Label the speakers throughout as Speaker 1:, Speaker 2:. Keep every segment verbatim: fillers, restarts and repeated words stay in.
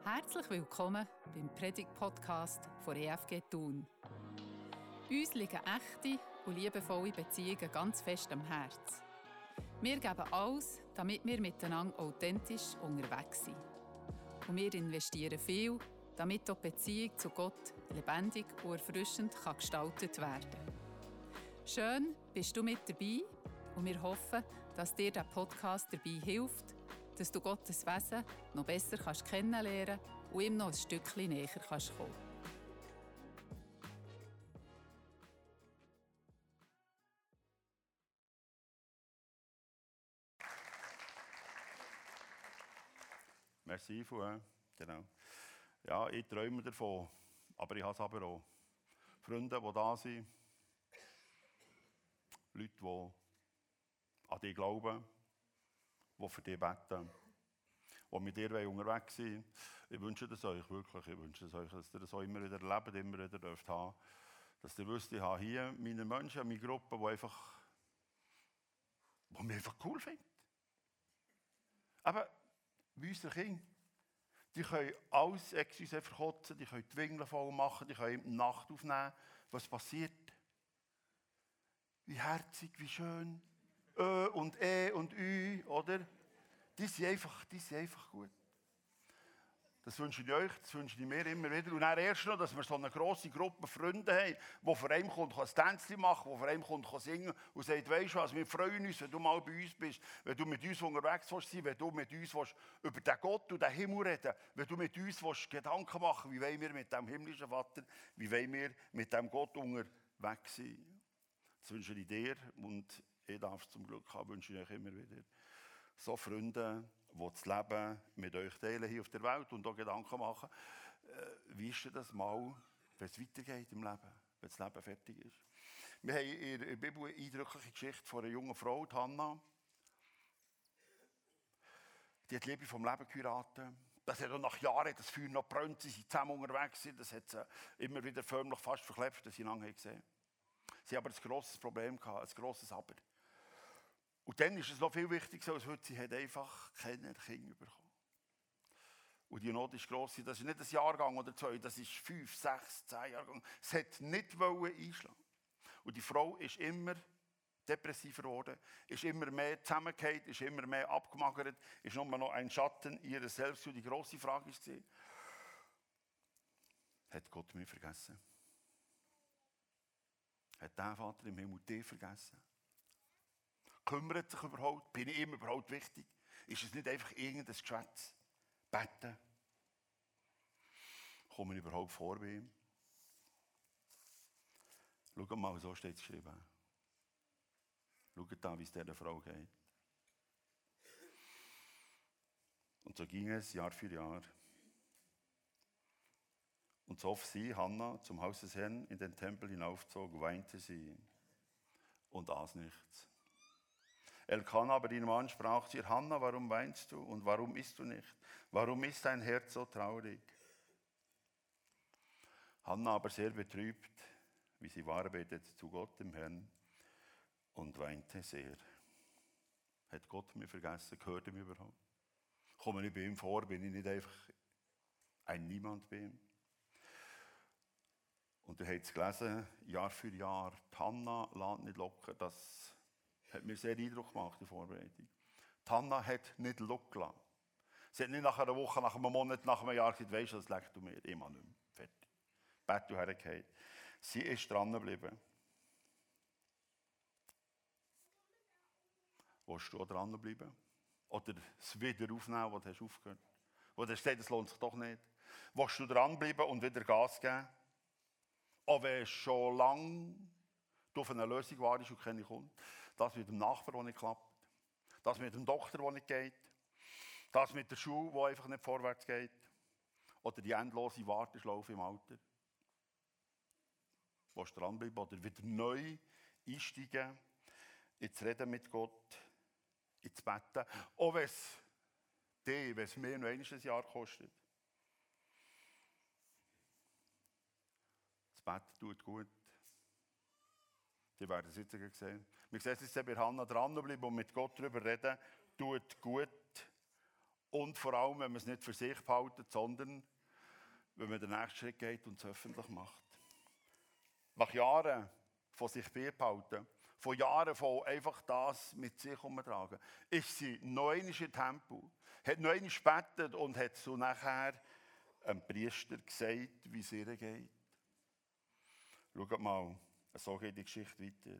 Speaker 1: Herzlich willkommen beim Predigt-Podcast von E F G Thun. Uns liegen echte und liebevolle Beziehungen ganz fest am Herzen. Wir geben alles, damit wir miteinander authentisch unterwegs sind. Und wir investieren viel, damit auch die Beziehung zu Gott lebendig und erfrischend kann gestaltet werden kann. Schön, bist du mit dabei und wir hoffen, dass dir der Podcast dabei hilft, dass du Gottes Wesen noch besser kannst kennenlernen und ihm noch ein Stückchen näher kannst kommen.
Speaker 2: Merci, Fou, genau. Ja, ich träume davon, aber ich habe es aber auch. Freunde, die da sind, Leute, die an dich glauben, die für dich beten, die mit dir unterwegs sind. Ich wünsche das euch wirklich, ich wünsche es euch, dass ihr das auch immer wieder erlebt, immer wieder dürft haben. Dass ihr wisst, ich habe hier meine Menschen, meine Gruppe, die einfach, die mich einfach cool finden. Aber wie unsere Kinder. Die können alles Excuse verkotzen, die können die Winkel voll machen, die können die Nacht aufnehmen. Was passiert? Wie herzig, wie schön. Ö und E und Ü, oder? Die sind einfach, die sind einfach gut. Das wünsche ich euch, das wünsche ich mir immer wieder. Und dann erst noch, dass wir so eine grosse Gruppe Freunde haben, die vor einem kommt, ein Tänzchen machen, die vor einem kommt, singen und sagt, weisst du was, wir freuen uns, wenn du mal bei uns bist, wenn du mit uns unterwegs sein, wenn du mit uns über den Gott und den Himmel reden, wenn du mit uns Gedanken machen, wie wollen wir mit dem himmlischen Vater, wie wollen wir mit dem Gott unterwegs sein. Das wünsche ich dir und ich darf es zum Glück haben, wünsche ich euch immer wieder. So Freunde, die das Leben mit euch teilen hier auf der Welt und auch Gedanken machen, äh, wie ist das mal, wenn es weitergeht im Leben, wenn das Leben fertig ist. Wir haben in der Bibel eine eindrückliche Geschichte von einer jungen Frau, die Hannah. Die hat die Liebe vom Leben geheiratet. Das hat auch nach Jahren das Feuer noch gebrannt, sie sind zusammen unterwegs. Das hat sie immer wieder förmlich fast verklebt, dass sie lange gesehen haben. Sie haben aber ein grosses Problem gehabt, ein grosses Aber. Und dann ist es noch viel wichtiger als heute, sie hat einfach keine Kinder bekommen. Und die Not ist gross, das ist nicht ein Jahrgang oder zwei, das ist fünf, sechs, zehn Jahrgang. Es hat nicht einschlagen. Und die Frau ist immer depressiver geworden, ist immer mehr zusammengefallen, ist immer mehr abgemagert, ist nur noch ein Schatten ihrer selbst. Und die grosse Frage war, hat Gott mich vergessen? Hat der Vater im Himmel dich vergessen? Kümmert sich überhaupt? Bin ich ihm überhaupt wichtig? Ist es nicht einfach irgendein Geschwätz? Beten? Komme ich überhaupt vor bei ihm? Schau mal, so steht es geschrieben. Schaut da, wie es dieser Frau geht. Und so ging es Jahr für Jahr. Und so oft sie, Hannah, zum Haus des Herrn in den Tempel hinaufzog, weinte sie und aß nichts. Elkanah aber ihrem Mann sprach zu ihr, Hannah, warum weinst du und warum isst du nicht? Warum ist dein Herz so traurig? Hannah aber sehr betrübt, wie sie war, betete zu Gott, dem Herrn, und weinte sehr. Hat Gott mich vergessen? Gehört er mir überhaupt? Komme ich bei ihm vor? Bin ich nicht einfach ein Niemand bei ihm? Und ihr habt es gelesen, Jahr für Jahr, die Hannah lässt nicht locker. Das hat mir sehr Eindruck gemacht, die Vorbereitung. Die Hannah hat nicht locker. Sie hat nicht nach einer Woche, nach einem Monat, nach einem Jahr gesagt, weisst du, das legt du mir immer nicht mehr. Fertig. Bett du hergefallen. Sie ist dran geblieben. Willst du dran bleiben? Oder es wieder aufnehmen, was du aufgehört hast? Wo du hast gesagt, das lohnt sich doch nicht. Willst du dranbleiben und wieder Gas geben? Auch wenn schon lange du auf eine Lösung wartest und keine kommt. Das mit dem Nachbarn, der nicht klappt. Das mit dem Doktor, der nicht geht. Das mit der Schule, die einfach nicht vorwärts geht. Oder die endlose Warteschlaufe im Alter. Willst du dranbleiben oder wieder neu einsteigen, ins Reden mit Gott, ins Betten. Auch wenn es dich, wenn es mir noch ein Jahr kostet. Das Bett tut gut. Die werden es jetzt sehen. Wir sehen es jetzt bei Hannah dranbleiben und mit Gott darüber reden, tut gut. Und vor allem, wenn man es nicht für sich behaltet, sondern wenn man den nächsten Schritt geht und es öffentlich macht. Nach Jahren von sich beibehalten, von Jahren von einfach das mit sich herumtragen, ist sie noch einmal im Tempel, hat noch einmal gebetet und hat so nachher einem Priester gesagt, wie es ihr geht. Schaut mal, so geht die Geschichte weiter.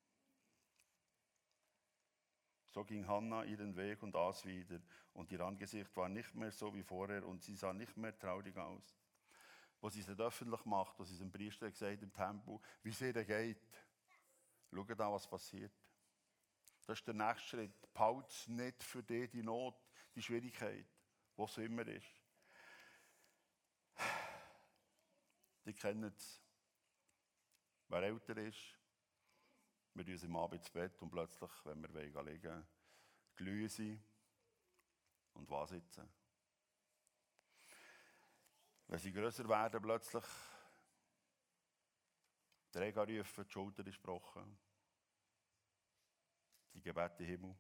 Speaker 2: So ging Hannah ihren Weg und aß wieder, und ihr Angesicht war nicht mehr so wie vorher und sie sah nicht mehr traurig aus. Wo sie es nicht öffentlich macht, wo sie es dem Priester gesagt im Tempel, wie es ihr geht. Schaut an, was passiert. Das ist der nächste Schritt. Behalte es nicht für dich, die Not, die Schwierigkeit, was es immer ist. Die kennen es. Wer älter ist, wir legen uns am Abend ins Bett und plötzlich, wenn wir liegen wollen, glühen sie und was sitzen. Wenn sie grösser werden, plötzlich die Rega rufen, die Schulter ist gebrochen. Die Gebete im Himmel.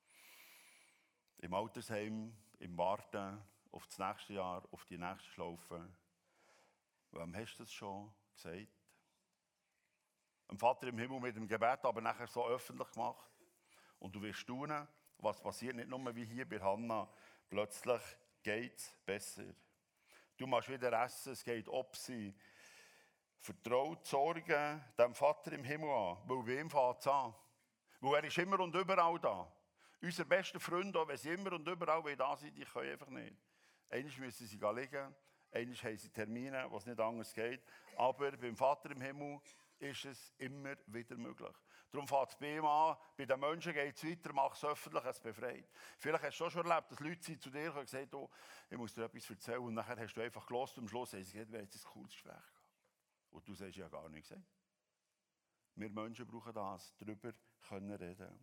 Speaker 2: Im Altersheim, im Warten auf das nächste Jahr, auf die nächste Schlaufe. Wem hast du das schon gesagt? Dem Vater im Himmel mit dem Gebet, aber nachher so öffentlich gemacht. Und du wirst staunen, was passiert, nicht nur wie hier bei Hannah. Plötzlich geht es besser. Du machst wieder essen, es geht ob sie. Vertraut Sorgen dem Vater im Himmel an, weil wem fängt es an? Weil er ist immer und überall da. Unsere besten Freunde, auch wenn sie immer und überall da sind, die können einfach nicht. Einmal müssen sie liegen, einmal haben sie Termine, wo es nicht anders geht. Aber beim Vater im Himmel ist es immer wieder möglich. Darum fängt es bei ihm an, bei den Menschen geht es weiter, mach es öffentlich, es befreit. Vielleicht hast du schon erlebt, dass Leute zu dir kommen und gesagt haben, oh, ich muss dir etwas erzählen. Und nachher hast du einfach gehört und am Schluss haben sie gesagt, wir haben jetzt ein cooles Gespräch gehabt. Und du sagst ja gar nichts. Wir Menschen brauchen das, darüber können reden.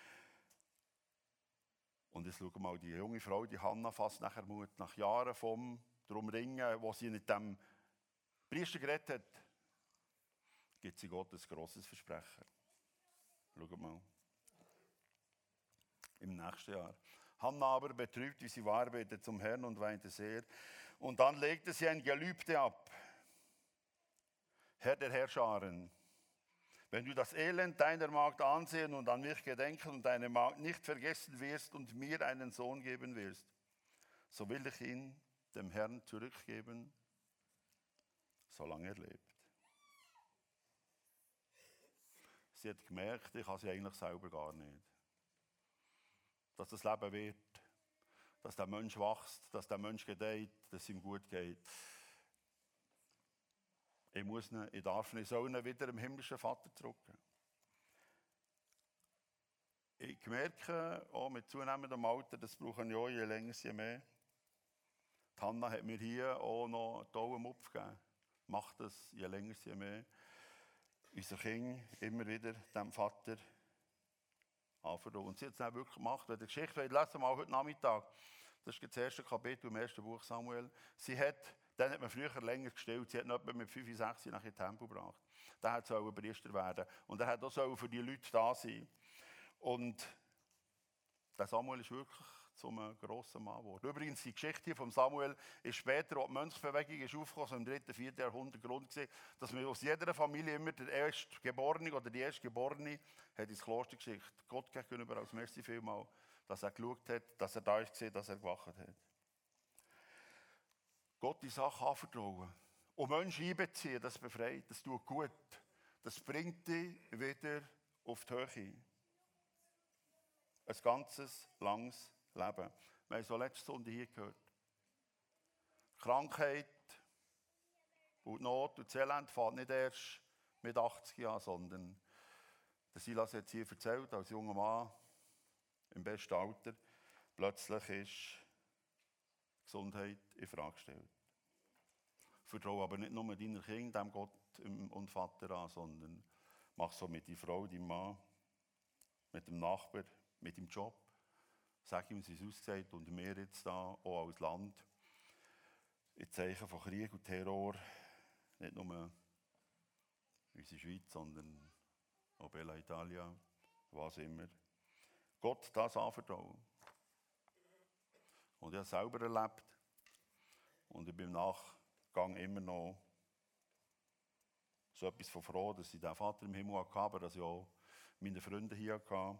Speaker 2: Und jetzt schau mal, die junge Frau, die Hannah, fasst nachher Mut, nach Jahren vom Drum Ringen, wo sie mit dem Priester geredet hat, gibt sie Gott ein grosses Versprechen. Schaut mal. Im nächsten Jahr. Hannah aber, betrübt wie sie war, betete zum Herrn und weinte sehr. Und dann legte sie ein Gelübde ab. Herr der Herrscharen, wenn du das Elend deiner Magd ansehen und an mich gedenken und deine Magd nicht vergessen wirst und mir einen Sohn geben wirst, so will ich ihn dem Herrn zurückgeben, solange er lebt. Sie hat gemerkt, ich kann sie eigentlich selber gar nicht. Dass das Leben wird, dass der Mensch wächst, dass der Mensch gedeiht, dass es ihm gut geht. Ich muss ihn, ich darf ihn, ich soll ihn wieder dem himmlischen Vater zurückgeben. Ich merke auch mit zunehmendem Alter, das brauchen ja je länger, je mehr. Die Hannah hat mir hier auch noch einen tollen Mupf gegeben. Macht das je länger, je mehr. Unser Kind immer wieder dem Vater anvertrauen. Und sie hat es dann wirklich gemacht. Wenn ihr die Geschichte lesen mal heute Nachmittag, das ist das erste Kapitel im ersten Buch Samuel. Sie hat, dann hat man früher länger gestillt, sie hat noch mit fünf, sechs nach in den Tempel gebracht. Der hat so ein Priester werden. Und er hat auch für die Leute da sein. Und der Samuel ist wirklich zum grossen Mann geworden. Übrigens, die Geschichte von Samuel ist später, als die Mönchsbewegung ist aufgekommen, so im dritten, vierten Jahrhundert, Grund gewesen, dass man aus jeder Familie immer der Erstgeborene oder die Erstgeborene hat ins Kloster geschickt. Gott gegenüber als Merci vielmal, dass er geschaut hat, dass er da ist, dass er gewacht hat. Gott die Sache anvertrauen und Menschen einbeziehen, das befreit, das tut gut. Das bringt dich wieder auf die Höhe. Ein ganzes, langes Leben. Wir haben so letzte Stunde hier gehört. Krankheit und Not und das Elend fängt nicht erst mit achtzig Jahren, sondern der Silas hat es hier erzählt, als junger Mann im besten Alter, plötzlich ist Gesundheit in Frage gestellt. Vertraue aber nicht nur deiner Kinder, dem Gott und Vater an, sondern mach so mit deiner Frau, deinem Mann, mit dem Nachbar, mit dem Job. Sag ihm, wie es aussieht und wir jetzt da, auch als Land, in Zeichen von Krieg und Terror, nicht nur unsere Schweiz, sondern auch Bella Italia, was immer. Gott das anvertrauen. Und ich habe es selber erlebt. Und ich bin im Nachgang immer noch so etwas von froh, dass ich den Vater im Himmel hatte, aber dass ich auch meine Freunde hier hatte.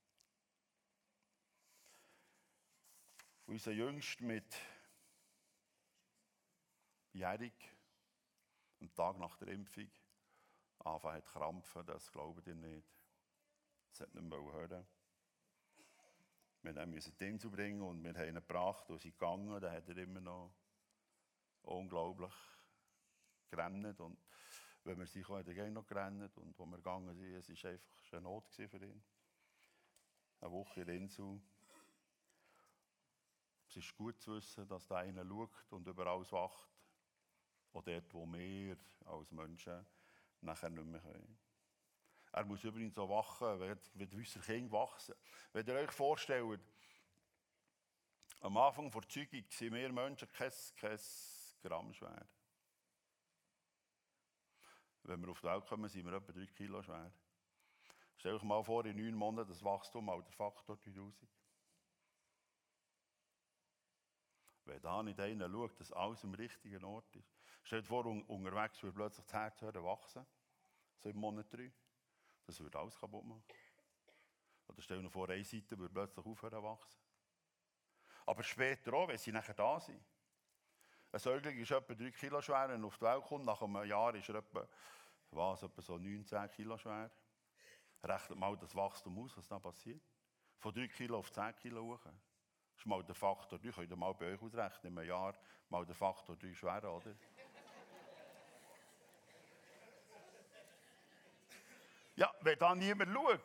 Speaker 2: Unser Jüngster mit jährig, am Tag nach der Impfung, anfangen zu krampfen, das glaubt ihr nicht. Das hat nicht mehr hören. Wir mussten ihn hinzubringen und wir haben ihn gebracht und sind gegangen. Dann hat er immer noch unglaublich gerannt. Und wenn wir sind, hat er noch gerannt. Und als wir gegangen sind, es war einfach eine Not für ihn. Eine Woche in Insel. Es ist gut zu wissen, dass der eine schaut und über alles wacht. Auch dort, wo wir als Menschen nachher nicht mehr können. Er muss übrigens so wachen, wenn unsere Kinder wachsen. Wenn ihr euch vorstellt, am Anfang der Zeugung sind wir Menschen kein, kein Gramm schwer. Wenn wir auf die Welt kommen, sind wir etwa drei Kilo schwer. Stell euch mal vor, in neun Monaten das Wachstum mal der Faktor dreitausend. Wenn da nicht einer schaut, dass alles am richtigen Ort ist. Stell dir vor, unterwegs würde plötzlich das Herz hören wachsen. So im Monat drei. Das würde alles kaputt machen. Oder stell dir vor, eine Seite würde plötzlich aufhören wachsen. Aber später auch, wenn sie nachher da sind. Ein Säugling ist etwa drei Kilo schwer, wenn er auf die Welt kommt. Nach einem Jahr ist er etwa, was, etwa so neunzehn Kilo schwer. Rechnet mal das Wachstum aus, was da passiert. Von drei Kilo auf zehn Kilo hoch. Das ist mal der Faktor drei. Könnt ihr mal bei euch ausrechnen, in einem Jahr mal der Faktor drei schwer, oder? Ja, wenn da niemand schaut.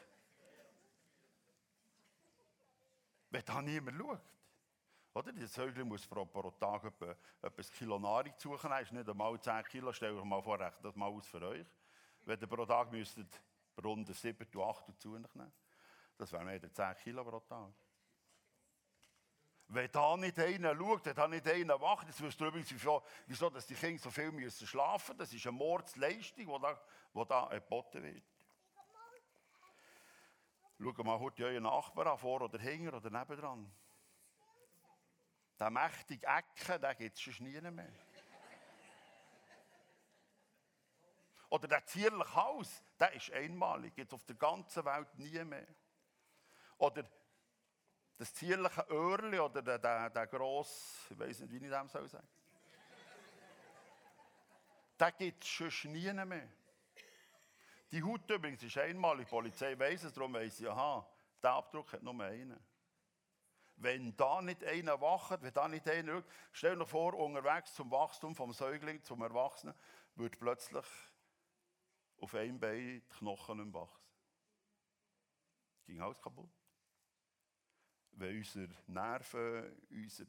Speaker 2: Wenn da niemand schaut. Oder? Der Säugling muss pro, pro Tag etwa, etwa ein Kilo Nahrung suchen. Das ist nicht einmal zehn Kilo. Stellt euch mal vor, rechnet das mal aus für euch. Wenn ihr pro Tag müsstet rund sieben zu acht zu nehmen. Das wären mehr zehn Kilo pro Tag. Wenn da nicht einer schaut, wenn da nicht einer wacht, jetzt wisst ihr übrigens, wieso, wieso dass die Kinder so viel müssen schlafen müssen. Das ist eine Mordsleistung, die da, die da geboten wird. Schaut mal heute euren Nachbarn an, vor oder hinten oder nebendran. Der mächtige Ecke, den gibt es schon nie mehr. Oder der zierliche Haus, der ist einmalig, gibt es auf der ganzen Welt nie mehr. Oder das zierliche Öhrchen oder der, der, der grosse, ich weiss nicht, wie ich dem soll sagen. Den gibt es schon nie mehr. Die Haut übrigens ist einmalig, die Polizei weiss es, darum weiss sie, aha, der Abdruck hat nur einen. Wenn da nicht einer wacht, wenn da nicht einer schaut, stell dir vor, unterwegs zum Wachstum vom Säugling zum Erwachsenen, wird plötzlich auf einem Bein die Knochen nicht mehr wachsen. Ging alles kaputt. Wenn unsere Nerven, unsere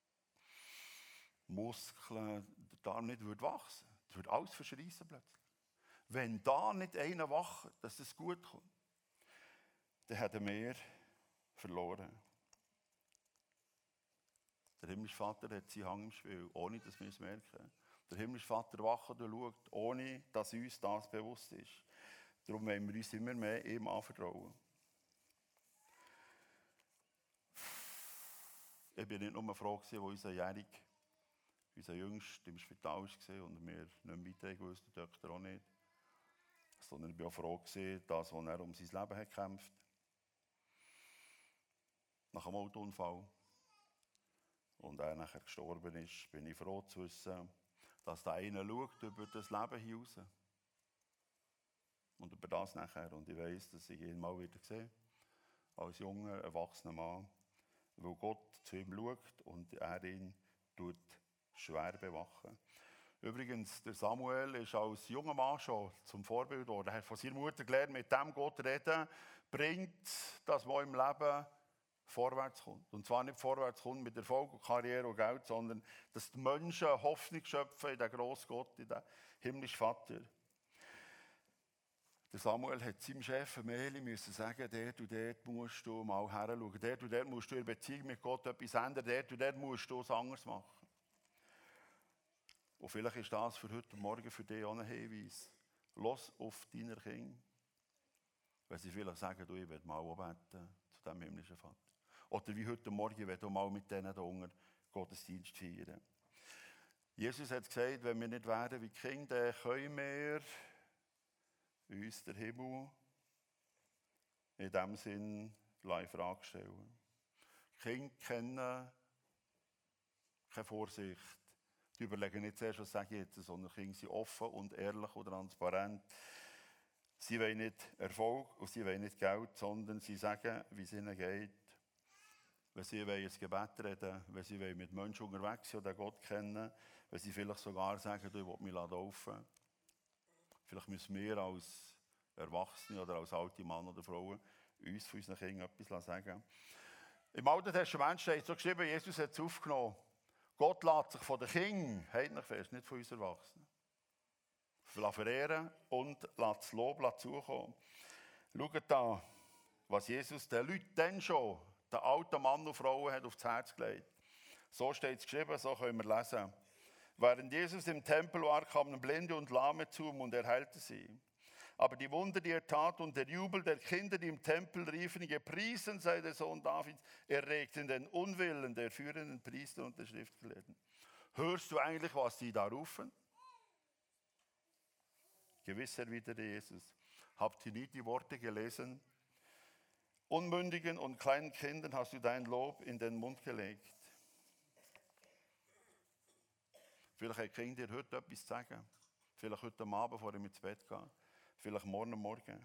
Speaker 2: Muskeln, der Darm nicht wachsen würde, das würde alles verschreissen plötzlich. Wenn da nicht einer wacht, dass es gut kommt, dann hätten wir verloren. Der himmlische Vater hat seinen Hang im Spiel, ohne dass wir es merken. Der himmlische Vater wacht und schaut, ohne dass uns das bewusst ist. Darum wollen wir uns immer mehr ihm anvertrauen. Ich bin nicht nur froh, als unser Jährig, unser Jüngster im Spital war und wir nicht mehr weiter wussten, der Doktor auch nicht. Sondern ich war auch froh, dass er um sein Leben hat gekämpft. Nach einem Autounfall. Und er nachher gestorben ist, bin ich froh zu wissen, dass der eine schaut über das Leben hinaus. Und über das nachher. Und ich weiss, dass ich ihn mal wieder sehe. Als junger, erwachsener Mann. Weil Gott zu ihm schaut und er ihn tut schwer bewachen. Übrigens, der Samuel ist als junger Mann schon zum Vorbild geworden. Er hat von seiner Mutter gelernt, mit dem Gott reden, bringt, dass man im Leben vorwärts kommt. Und zwar nicht vorwärts kommt mit Erfolg und Karriere und Geld, sondern dass die Menschen Hoffnung schöpfen in den grossen Gott, in den himmlischen Vater. Der Samuel hat seinem Chef Meli müssen sagen, dort und dort musst du mal heranschauen, dort und dort musst du in Beziehung mit Gott etwas ändern, dort und dort musst du es anders machen. Und vielleicht ist das für heute Morgen für dich auch ein Hinweis. Lass auf deine Kinder, wenn sie vielleicht sagen, du, ich will mal beten zu diesem himmlischen Vater. Oder wie heute Morgen, wenn du mal mit denen da unten Gottesdienst feiern. Jesus hat gesagt, wenn wir nicht wären wie die Kinder, dann können wir uns den Himmel in diesem Sinn in Frage stellen. Kinder kennen keine Vorsicht. Die überlegen nicht zuerst, was sage ich jetzt, sondern Kinder sind offen und ehrlich und transparent. Sie wollen nicht Erfolg und sie wollen nicht Geld, sondern sie sagen, wie es ihnen geht. Wenn sie ein Gebet reden, wenn sie mit Menschen unterwegs sind oder Gott kennen, wenn sie vielleicht sogar sagen, du, ich will mich taufen. Vielleicht müssen wir als Erwachsene oder als alte Mann oder Frauen uns von unseren Kindern etwas sagen. Im Alten Testament steht so geschrieben, Jesus hat es aufgenommen. Gott lässt sich von den Kindern, haltet fest, nicht von uns Erwachsenen, verehren und lässt das Lob zukommen. Schaut da, was Jesus den Leuten dann schon, den alten Mann und Frauen, hat aufs Herz gelegt. So steht es geschrieben, so können wir lesen. Während Jesus im Tempel war, kamen Blinde und Lahme zu ihm und er heilte sie. Aber die Wunder, die er tat und der Jubel der Kinder, die im Tempel riefen, gepriesen sei der Sohn Davids, erregten den Unwillen der führenden Priester und der Schriftgelehrten. Hörst du eigentlich, was die da rufen? Gewiss erwiderte Jesus. Habt ihr nie die Worte gelesen? Unmündigen und kleinen Kindern hast du dein Lob in den Mund gelegt. Vielleicht hat Kind dir heute etwas zu sagen. Vielleicht heute Abend, bevor ich ins Bett gehe. Vielleicht morgen Morgen.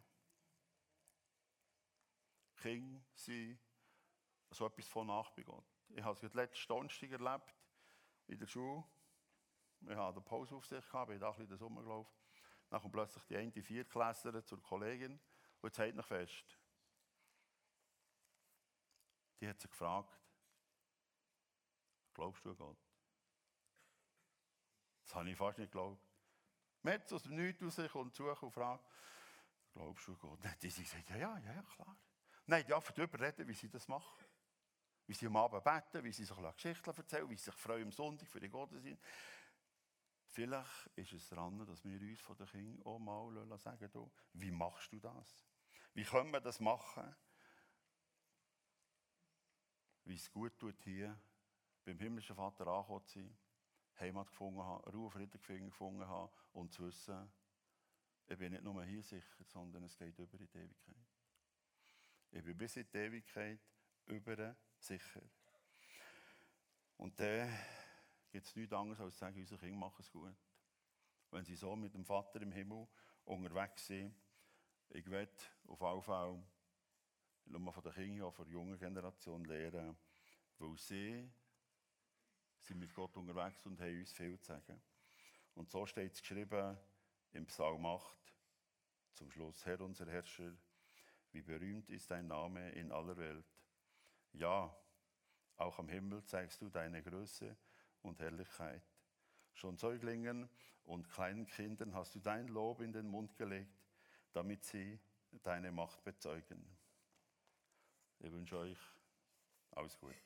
Speaker 2: Kinder sind so etwas von nach bei Gott. Ich habe es letzten Donnerstag erlebt, in der Schule. Ich hatte eine Pauseaufsicht, bin da ein bisschen in den Sommer gelaufen. Dann kommt plötzlich die eine Viertklässlerin zur Kollegin und jetzt hält noch fest. Die hat sie gefragt, glaubst du an Gott? Das habe ich fast nicht geglaubt. Metz aus dem Nichts raus, kommt zu und fragt, glaubst du an Gott? Dann hat sie gesagt, ja, ja, ja, klar. Nein, die dürfen darüber reden, wie sie das machen. Wie sie am Abend beten, wie sie sich Geschichten erzählen, wie sie sich freuen am Sonntag für die Gottesdienst. Vielleicht ist es dran, dass wir uns von den Kindern auch mal sagen, du, wie machst du das? Wie können wir das machen? Wie es gut tut, hier beim himmlischen Vater angekommen zu sein, Heimat gefunden haben, Ruhe und Frieden gefunden haben und zu wissen, ich bin nicht nur hier sicher, sondern es geht über in die Ewigkeit. Ich bin bis in die Ewigkeit über sicher. Und dann gibt es nichts anderes, als zu sagen, unsere Kinder machen es gut. Wenn sie so mit dem Vater im Himmel unterwegs sind, ich werde auf jeden Fall nur von den Kindern, auch von der jungen Generation lernen, weil sie sind mit Gott unterwegs und haben uns viel zu sagen. Und so steht es geschrieben im Psalm acht, zum Schluss, Herr unser Herrscher, wie berühmt ist dein Name in aller Welt. Ja, auch am Himmel zeigst du deine Größe und Herrlichkeit. Schon Säuglingen und kleinen Kindern hast du dein Lob in den Mund gelegt, damit sie deine Macht bezeugen. Ich wünsche euch alles Gute.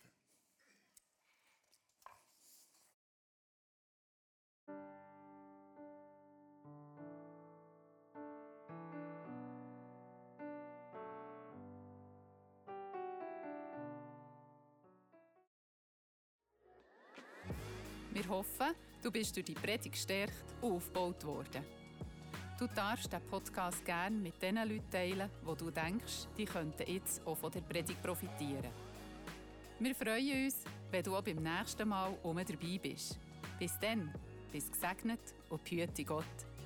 Speaker 1: Wir hoffen, du bist durch die Predigt gestärkt und aufgebaut worden. Du darfst den Podcast gerne mit den Leuten teilen, wo du denkst, die könnten jetzt auch von der Predigt profitieren. Wir freuen uns, wenn du auch beim nächsten Mal oben dabei bist. Bis dann, bis gesegnet und behüte Gott.